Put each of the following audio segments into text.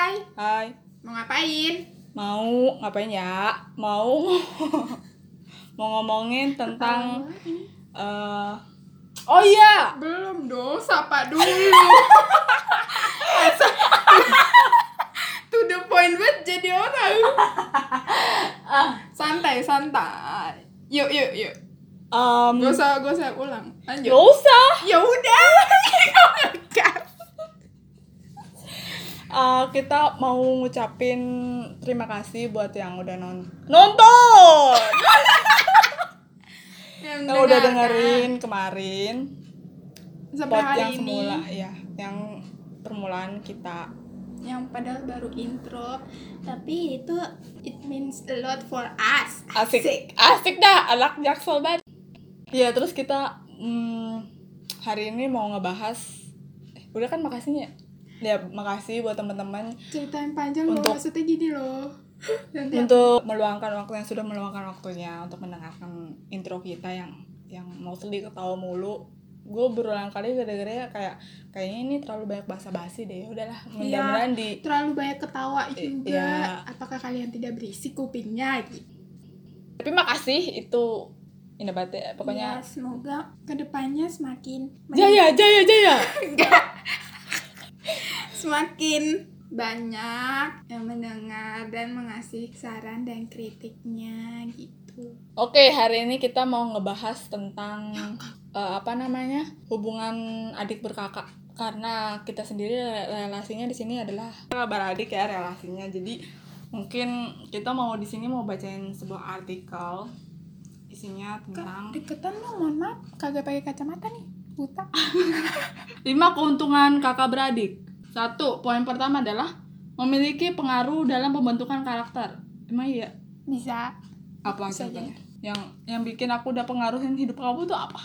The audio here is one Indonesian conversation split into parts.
Hai. Mau ngapain? Mau ngapain ya? Mau ngomongin tentang oh iya. Belum dong, sapa dulu. To the point banget jadi orang. Santai. Yuk. Gak usah ulang. Lanjut. Gak usah. Ya udah. Kita mau ngucapin terima kasih buat yang udah nonton. Yang udah dengerin kemarin. Sampai hari yang ini. Semula ya, yang permulaan kita. Yang padahal baru intro, tapi itu it means a lot for us. Asik dah, anak Jaksel banget. Ya, terus kita hari ini mau ngebahas. Udah kan makasihnya. Ya, makasih buat teman-teman. Cerita yang panjang loh, maksudnya gini loh. Untuk meluangkan waktu yang sudah meluangkan waktunya untuk mendengarkan intro kita yang mostly ketawa mulu. Gue berulang kali gara-gara kayaknya ini terlalu banyak basa-basi deh. Udahlah, mudah-mudahan terlalu banyak ketawa juga. Ya. Apakah kalian tidak berisik kupingnya gitu. Tapi makasih, itu indah banget ya, pokoknya. Ya, semoga kedepannya semakin Jaya. enggak. Semakin banyak yang mendengar dan mengasih saran dan kritiknya gitu. Oke, hari ini kita mau ngebahas tentang hubungan adik berkakak. Karena kita sendiri relasinya di sini adalah beradik ya relasinya. Jadi mungkin kita mau di sini mau bacain sebuah artikel isinya tentang deketan lo, mohon maaf, kagak pakai kacamata nih, buta. 5 keuntungan kakak beradik. 1, poin pertama adalah memiliki pengaruh dalam pembentukan karakter. Emang iya? Bisa. Apa contohnya? Yang bikin aku udah pengaruhin hidup kamu tuh apa?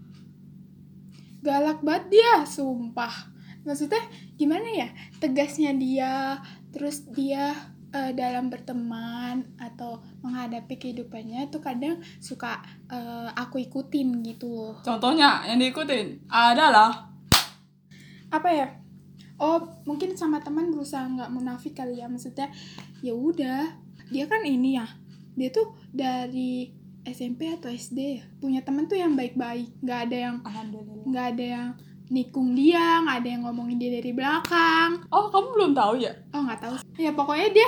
Galak banget dia, sumpah. Maksudnya gimana ya? Tegasnya dia, terus dia dalam berteman atau menghadapi kehidupannya tuh kadang suka aku ikutin gitu loh. Contohnya yang diikutin adalah apa ya? Oh, mungkin sama teman berusaha nggak munafik kali ya. Maksudnya ya udah, dia kan ini ya. Dia tuh dari SMP atau SD ya, punya temen tuh yang baik-baik, nggak ada yang nikung dia, nggak ada yang ngomongin dia dari belakang. Oh, kamu belum tahu ya? Oh, nggak tahu. Ya pokoknya dia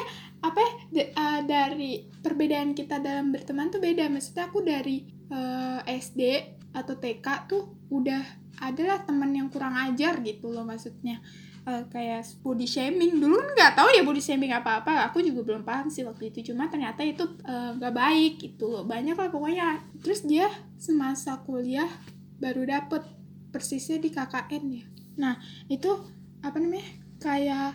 dari perbedaan kita dalam berteman tuh beda. Maksudnya aku dari SD atau TK tuh udah adalah teman yang kurang ajar gitu loh, maksudnya. Kayak body shaming. Dulu nggak tahu ya body shaming apa-apa, aku juga belum paham sih waktu itu, cuma ternyata itu nggak baik gitu, banyak lah pokoknya. Terus dia semasa kuliah baru dapet persisnya di KKN ya. Nah itu kayak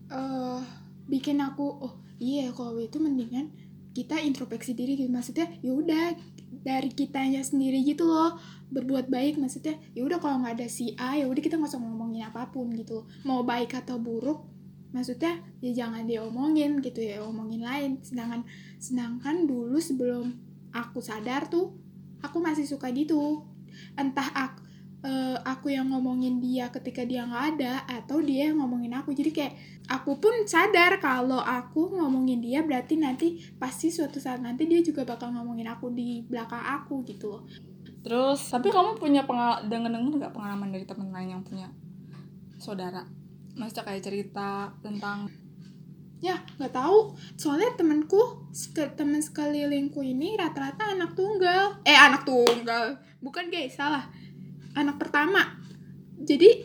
bikin aku iya kalau itu mendingan kita introspeksi diri gitu. Maksudnya ya udah dari kitanya sendiri gitu loh, berbuat baik. Maksudnya ya udah kalau nggak ada si A ya udah kita nggak usah ngomongin apapun gitu, mau baik atau buruk maksudnya ya jangan diomongin gitu ya, omongin lain. Sedangkan dulu sebelum aku sadar tuh aku masih suka gitu, entah aku yang ngomongin dia ketika dia nggak ada atau dia yang ngomongin aku. Jadi kayak aku pun sadar kalau aku ngomongin dia berarti nanti pasti suatu saat nanti dia juga bakal ngomongin aku di belakang aku gitu loh. Terus tapi kamu punya denger nggak pengalaman dari teman lain yang punya saudara? Maksudnya kayak cerita tentang ya nggak tahu, soalnya temen sekelilingku ini rata-rata anak tunggal bukan guys, salah, anak pertama. Jadi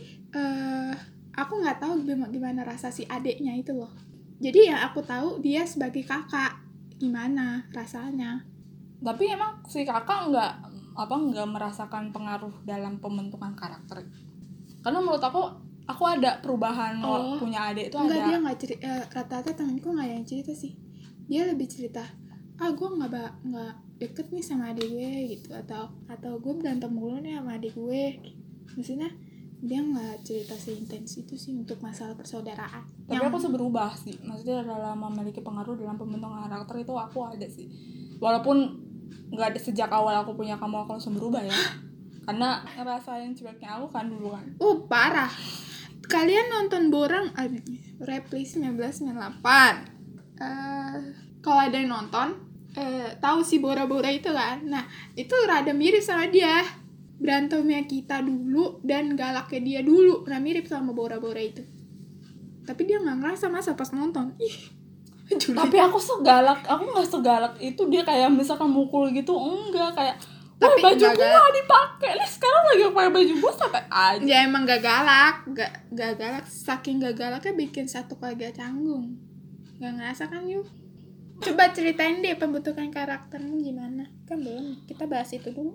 aku nggak tahu gimana rasa si adeknya itu loh. Jadi ya aku tahu dia sebagai kakak gimana rasanya. Tapi emang si kakak nggak merasakan pengaruh dalam pembentukan karakter? Karena menurut aku ada perubahan punya adik itu ada. Enggak, dia nggak cerita. Rata-rata temanku nggak yang cerita sih. Dia lebih cerita, gue nggak deket nih sama adik gue gitu, atau gue berantem mulu nih sama adik gue. Maksudnya dia nggak cerita seintens itu sih untuk masalah persaudaraan. Tapi aku berubah sih. Maksudnya dalam memiliki pengaruh dalam pembentukan karakter itu aku ada sih. Walaupun nggak ada sejak awal aku punya kamu, aku langsung berubah ya. Karena ngerasain cueknya aku kan dulu kan. Parah. Kalian nonton Borang Reply 1998. Kalau ada yang nonton, tahu si Bora-Bora itu kan? Nah, itu rada mirip sama dia. Berantemnya kita dulu dan galaknya dia dulu. Nah, mirip sama Bora-Bora itu. Tapi dia nggak ngerasa masa pas nonton. Tapi aku nggak segalak itu. Dia kayak misalkan mukul gitu, enggak, kayak wah, baju gua dipakai nih, sekarang lagi pakai baju gua sampai aja. Ya emang gak galak, gak galak, saking gak galaknya bikin satu keluarga canggung. Gak ngerasa kan yuk? Coba ceritain deh pembentukan karaktermu gimana? Kan belum, kita bahas itu dulu.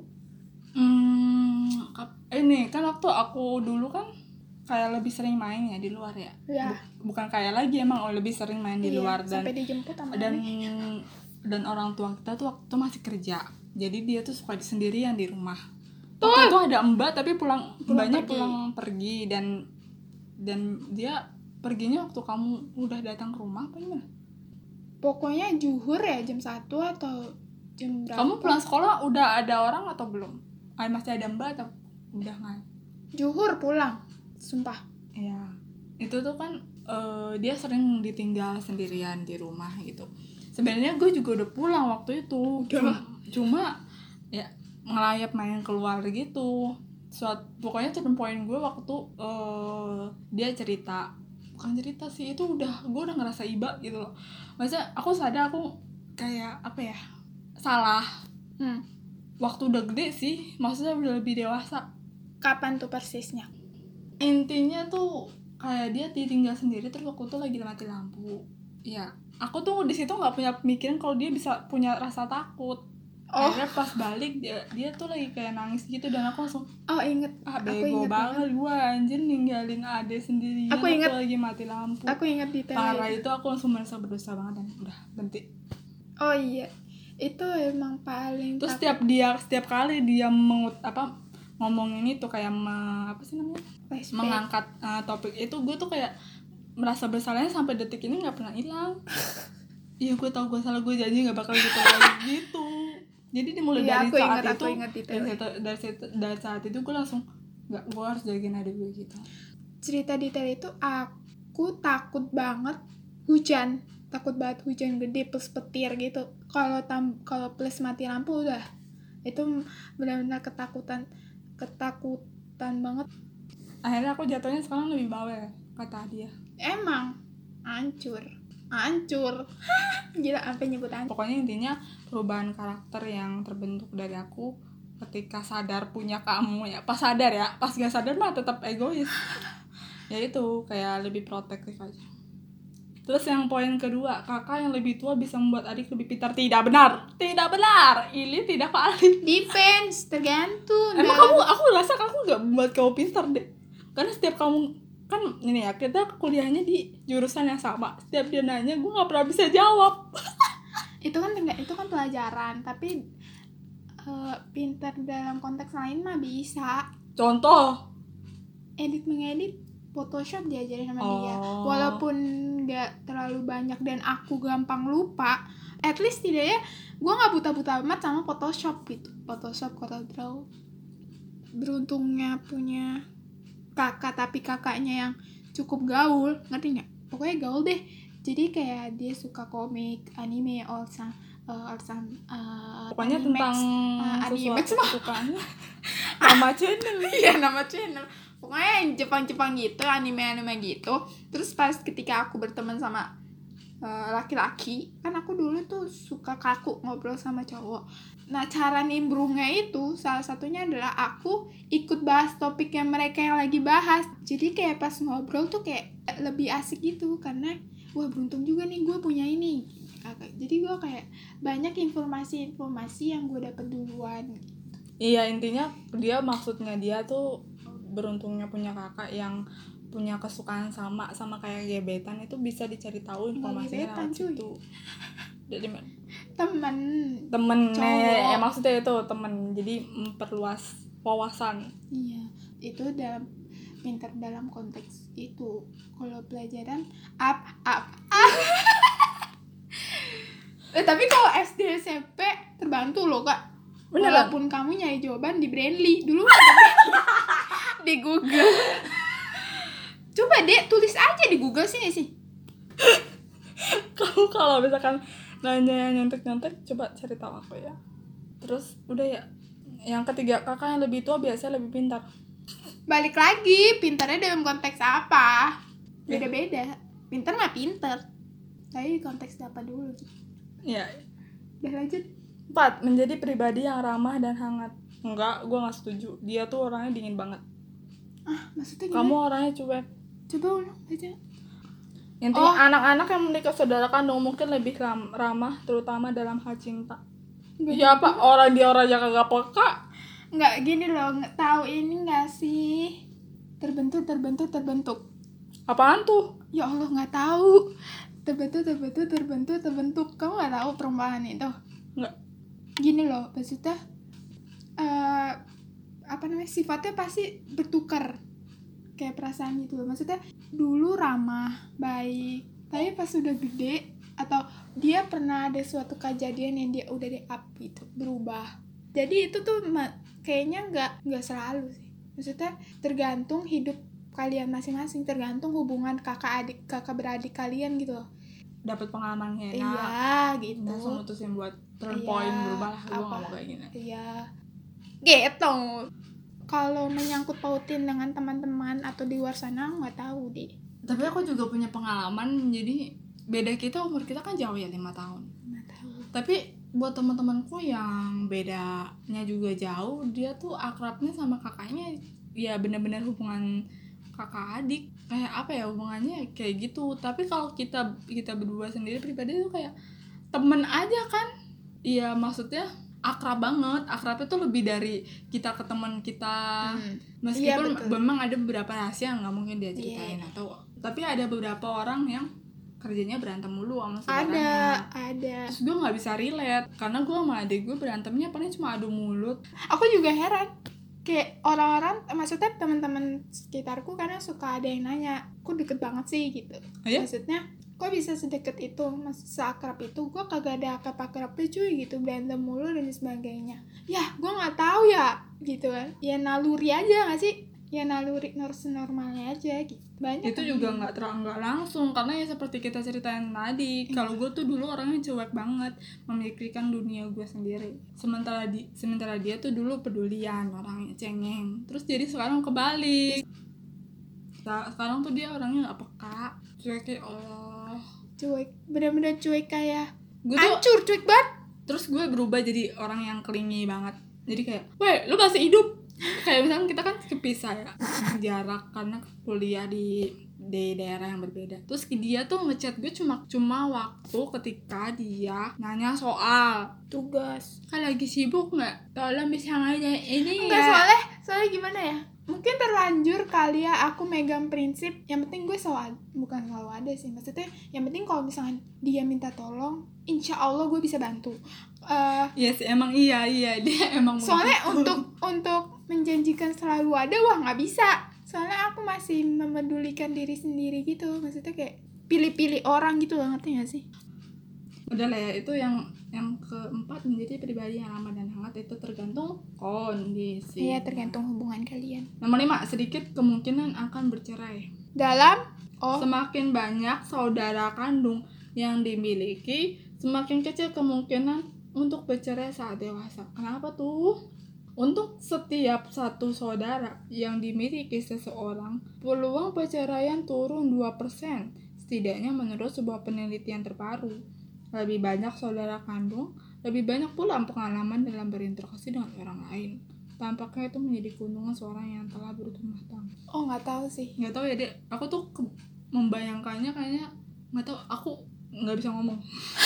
Ini kan waktu aku dulu kan kayak lebih sering main ya di luar ya. Bukan kayak lagi, emang lebih sering main di luar dan sampai dijemput sama dan orang tua kita tuh waktu itu masih kerja. Jadi dia tuh suka sendirian di rumah. Waktu itu ada mbak tapi mbaknya pulang pergi dan dia perginya waktu kamu udah datang ke rumah apa gimana? Pokoknya zuhur ya, jam 1 atau jam berapa? Kamu pulang sekolah udah ada orang atau belum? Masih ada mbak atau udah nggak? Zuhur pulang, sumpah. Iya. Itu tuh kan dia sering ditinggal sendirian di rumah gitu. Sebenarnya gue juga udah pulang waktu itu. Cuma ya ngelayap main keluar gitu. Pokoknya turn point gue waktu dia cerita. Bukan cerita sih, itu gue udah ngerasa iba gitu loh. Maksudnya aku sadar aku kayak apa ya, salah. Waktu udah gede sih, maksudnya udah lebih dewasa. Kapan tuh persisnya? Intinya tuh kayak dia ditinggal sendiri terus waktu itu lagi mati lampu. Ya, aku tuh di situ nggak punya pemikiran kalau dia bisa punya rasa takut. Akhirnya pas balik dia tuh lagi kayak nangis gitu dan aku langsung inget. Bego banget gue anjir ninggalin ade sendirian. Aku lagi mati lampu. Aku inget detail parah itu. Aku langsung merasa berdosa banget dan udah berhenti. Oh iya, itu emang paling. Terus setiap kali dia ngomongin itu kayak mengangkat topik itu, gue tuh kayak merasa bersalahnya sampai detik ini nggak pernah hilang. Iya, gue tahu gue salah, gue janji nggak bakal gitu lagi gitu. Jadi dimulai dari saat itu gue langsung gue harus jagain adik gue gitu. Cerita detail itu aku takut banget hujan gede plus petir gitu. Kalau plus mati lampu udah itu benar-benar ketakutan banget. Akhirnya aku jatuhnya sekarang lebih bawel kata dia. Emang hancur gila sampai nyebut hancur. Pokoknya intinya perubahan karakter yang terbentuk dari aku ketika sadar punya kamu ya. Pas sadar ya, pas gak sadar mah tetap egois. Ya itu kayak lebih protektif aja. Terus yang poin kedua, kakak yang lebih tua bisa membuat adik lebih pintar. Tidak benar. Ini tidak valid. Depends, tergantung. Emang aku rasa aku gak membuat kamu pintar deh. Karena setiap kamu kan ini ya, kita kuliahnya di jurusan yang sama. Setiap dia nanya, gue nggak pernah bisa jawab. itu kan pelajaran, tapi pintar dalam konteks lain mah bisa. Contoh, mengedit Photoshop diajarin sama dia. Walaupun nggak terlalu banyak dan aku gampang lupa, at least tidaknya gue nggak buta-buta amat sama Photoshop gitu. Photoshop, CorelDRAW. Beruntungnya punya kakak, tapi kakaknya yang cukup gaul, ngerti nggak? Pokoknya gaul deh. Jadi kayak dia suka komik, anime, pokoknya tentang sesuatu kesukaannya. Nama channel. Pokoknya yang Jepang gitu, anime gitu. Terus pas ketika aku berteman sama laki-laki, kan aku dulu tuh suka kaku ngobrol sama cowok. Nah, cara nimbrungnya itu salah satunya adalah aku ikut bahas topik yang mereka yang lagi bahas. Jadi kayak pas ngobrol tuh kayak lebih asik gitu, karena wah beruntung juga nih gue punya ini kakak. Jadi gue kayak banyak informasi yang gue dapet duluan. Iya, intinya maksudnya dia tuh beruntungnya punya kakak yang punya kesukaan sama kayak gebetan, itu bisa dicari tahu informasinya lewat situ. Jadi temen ya, maksudnya itu temen, jadi memperluas wawasan. Iya, itu pintar dalam konteks itu. Kalau pelajaran tapi kalau SD SMP terbantu loh kak. Beneran? Walaupun kamu nyari jawaban di Brainly dulu di Google. Coba deh tulis aja di Google sini sih. Kamu kalau misalkan nanya yang nyontek coba cari tahu aku ya. Terus udah ya. Yang ketiga, kakak yang lebih tua biasanya lebih pintar. Balik lagi, pintarnya dalam konteks apa? Beda-beda. Pintar mah pintar. Tapi konteks apa dulu? Ya. Udah lanjut. 4. Menjadi pribadi yang ramah dan hangat. Enggak, gue gak setuju. Dia tuh orangnya dingin banget. Maksudnya gimana? Kamu orangnya cuek. Coba ulang aja. Intinya anak-anak yang menikah saudara kandung mungkin lebih ramah, terutama dalam hal cinta. Ya apa, orang yang kagak peka. Nggak gini loh, nggak tahu ini nggak sih? Terbentuk. Apaan tuh? Ya Allah, nggak tahu. Terbentuk. Kamu nggak tahu perumpamaan itu? Nggak. Gini loh, maksudnya sifatnya pasti bertukar kayak perasaan gitu loh. Maksudnya dulu ramah, baik, tapi pas udah gede atau dia pernah ada suatu kejadian yang dia udah di-up gitu, berubah. Jadi itu tuh kayaknya nggak selalu sih. Maksudnya tergantung hidup kalian masing-masing, tergantung hubungan kakak beradik kalian gitu loh. Dapat pengalaman enak. Iya, gitu. Langsung mutusin buat turn point berubah lah. Gue gak mau kayak gini. Iya. Gitu. Kalau menyangkut pautin dengan teman-teman atau di luar sana nggak tahu deh. Tapi aku juga punya pengalaman. Jadi beda kita, umur kita kan jauh ya, 5 tahun. 5 tahun. Tapi buat teman-temanku yang bedanya juga jauh, dia tuh akrabnya sama kakaknya ya benar-benar hubungan kakak adik. Kayak apa ya, hubungannya kayak gitu. Tapi kalau kita berdua sendiri pribadi tuh kayak temen aja kan. Iya, maksudnya akrab banget. Akrabnya tuh lebih dari kita ke teman kita. Meskipun memang ada beberapa rahasia yang nggak mungkin dia ceritain atau tapi ada beberapa orang yang kerjanya berantem mulu sama saudaranya. Ada. Terus gue nggak bisa relate karena gue sama adik gue berantemnya paling cuma adu mulut. Aku juga heran. Kayak orang-orang, maksudnya teman-teman sekitarku kadang suka ada yang nanya, kok deket banget sih gitu. Maksudnya kok bisa sedekat itu, seakrab itu. Gue kagak ada akrab-akrabnya cuy gitu, berantem mulu dan sebagainya. Ya gue nggak tahu ya gitu kan. Ya naluri aja nggak sih? Ya naluri normalnya aja gitu. Banyak itu juga nggak langsung karena ya seperti kita ceritain tadi. Kalau gue tuh dulu orangnya cuek banget, memikirkan dunia gue sendiri. Sementara dia tuh dulu pedulian, orangnya cengeng. Terus jadi sekarang kebalik. Sekarang tuh dia orangnya nggak peka, cuek kayak cuek, benar-benar cuek kayak hancur, cuek banget. Terus gue berubah jadi orang yang clingy banget. Jadi kayak, weh lu masih hidup. Kayak misalnya kita kan kepisah ya jarak karena kuliah di daerah yang berbeda. Terus dia tuh ngechat gue cuma waktu ketika dia nanya soal tugas. Kan lagi sibuk nggak? Tolong bisa ngajak ini enggak, ya. soalnya gimana ya? Mungkin terlanjur kali ya aku megang prinsip yang penting gue bukan selalu ada sih. Maksudnya yang penting kalau misalnya dia minta tolong, insya Allah gue bisa bantu. Iya sih, emang iya dia emang soalnya untuk menjanjikan selalu ada, wah nggak bisa. Soalnya aku masih memedulikan diri sendiri gitu. Maksudnya kayak pilih-pilih orang gitu loh, ngerti gak sih? Udah lah ya, itu yang keempat, menjadi pribadi yang ramah dan hangat itu tergantung kondisi. Iya, tergantung hubungan kalian. Nomor 5, sedikit kemungkinan akan bercerai. Semakin banyak saudara kandung yang dimiliki, semakin kecil kemungkinan untuk bercerai saat dewasa. Kenapa tuh? Untuk setiap satu saudara yang dimiliki seseorang, peluang perceraian turun 2%, setidaknya menurut sebuah penelitian terbaru. Lebih banyak saudara kandung, lebih banyak pula pengalaman dalam berinteraksi dengan orang lain. Tampaknya itu menjadi keuntungan seorang yang telah berumah tangga. Oh, nggak tahu sih. Nggak tahu ya, Dek. Aku tuh membayangkannya kayaknya, nggak tahu, aku nggak bisa ngomong.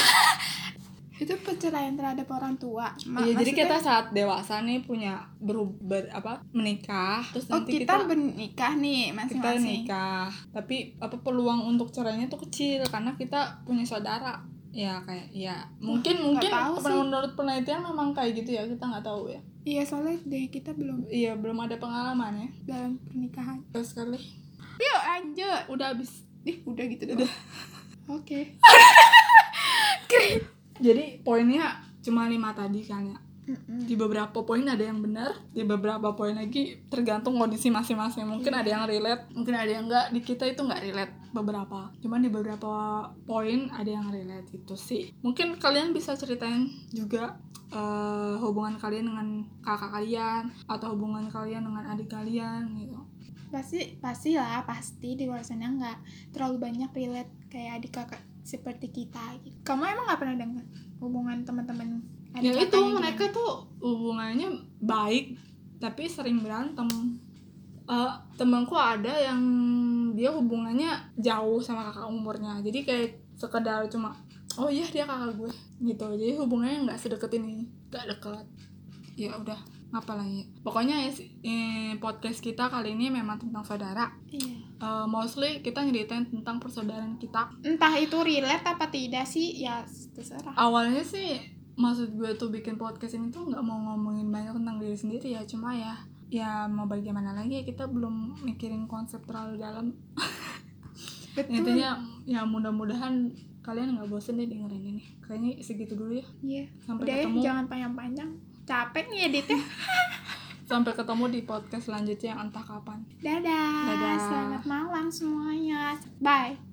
Itu perceraian terhadap orang tua. Iya, jadi kita saat dewasa nih punya menikah, terus nanti kita menikah nih masing-masing. Kita nikah, tapi peluang untuk cerainya tuh kecil karena kita punya saudara. Ya kayak ya mungkin menurut penelitian memang kayak gitu ya, kita nggak tahu ya. Iya, soalnya kita belum ada pengalaman ya dalam pernikahan. Terus sekali. Yuk lanjut. Udah habis. Udah gitu deh. Oke. Jadi poinnya cuma 5 tadi kan ya. Di beberapa poin ada yang benar, di beberapa poin lagi tergantung kondisi masing-masing. Mungkin ada yang relate, mungkin ada yang enggak. Di kita itu enggak relate beberapa, cuman di beberapa poin ada yang relate itu sih. Mungkin kalian bisa ceritain juga hubungan kalian dengan kakak kalian atau hubungan kalian dengan adik kalian gitu. Pasti di luar sana nggak terlalu banyak relate kayak adik kakak seperti kita gitu. Kamu emang nggak pernah dengar hubungan teman-teman adik Ya itu kakaknya mereka gimana? tuh hubungannya baik tapi sering berantem. Temanku ada yang dia hubungannya jauh sama kakak umurnya, jadi kayak sekedar cuma oh iya dia kakak gue gitu, jadi hubungannya nggak sedekat ini, nggak dekat. Ya udah, ngapain lagi pokoknya podcast kita kali ini memang tentang saudara. Iya. Mostly kita nyeritain tentang persaudaraan kita. Entah itu relate apa tidak sih, ya terserah. Awalnya sih maksud gue tuh bikin podcast ini tuh nggak mau ngomongin banyak tentang diri sendiri ya, cuma ya mau bagaimana lagi, kita belum mikirin konsep terlalu dalam. Betul. Intinya ya mudah-mudahan kalian nggak bosen deh dengerin ini. Kayaknya segitu dulu ya. Iya. Sampai Udah ketemu. Ya, jangan panjang-panjang. Capek nih editnya. Sampai ketemu di podcast selanjutnya yang entah kapan. Dadah. Dadah. Selamat malam semuanya. Bye.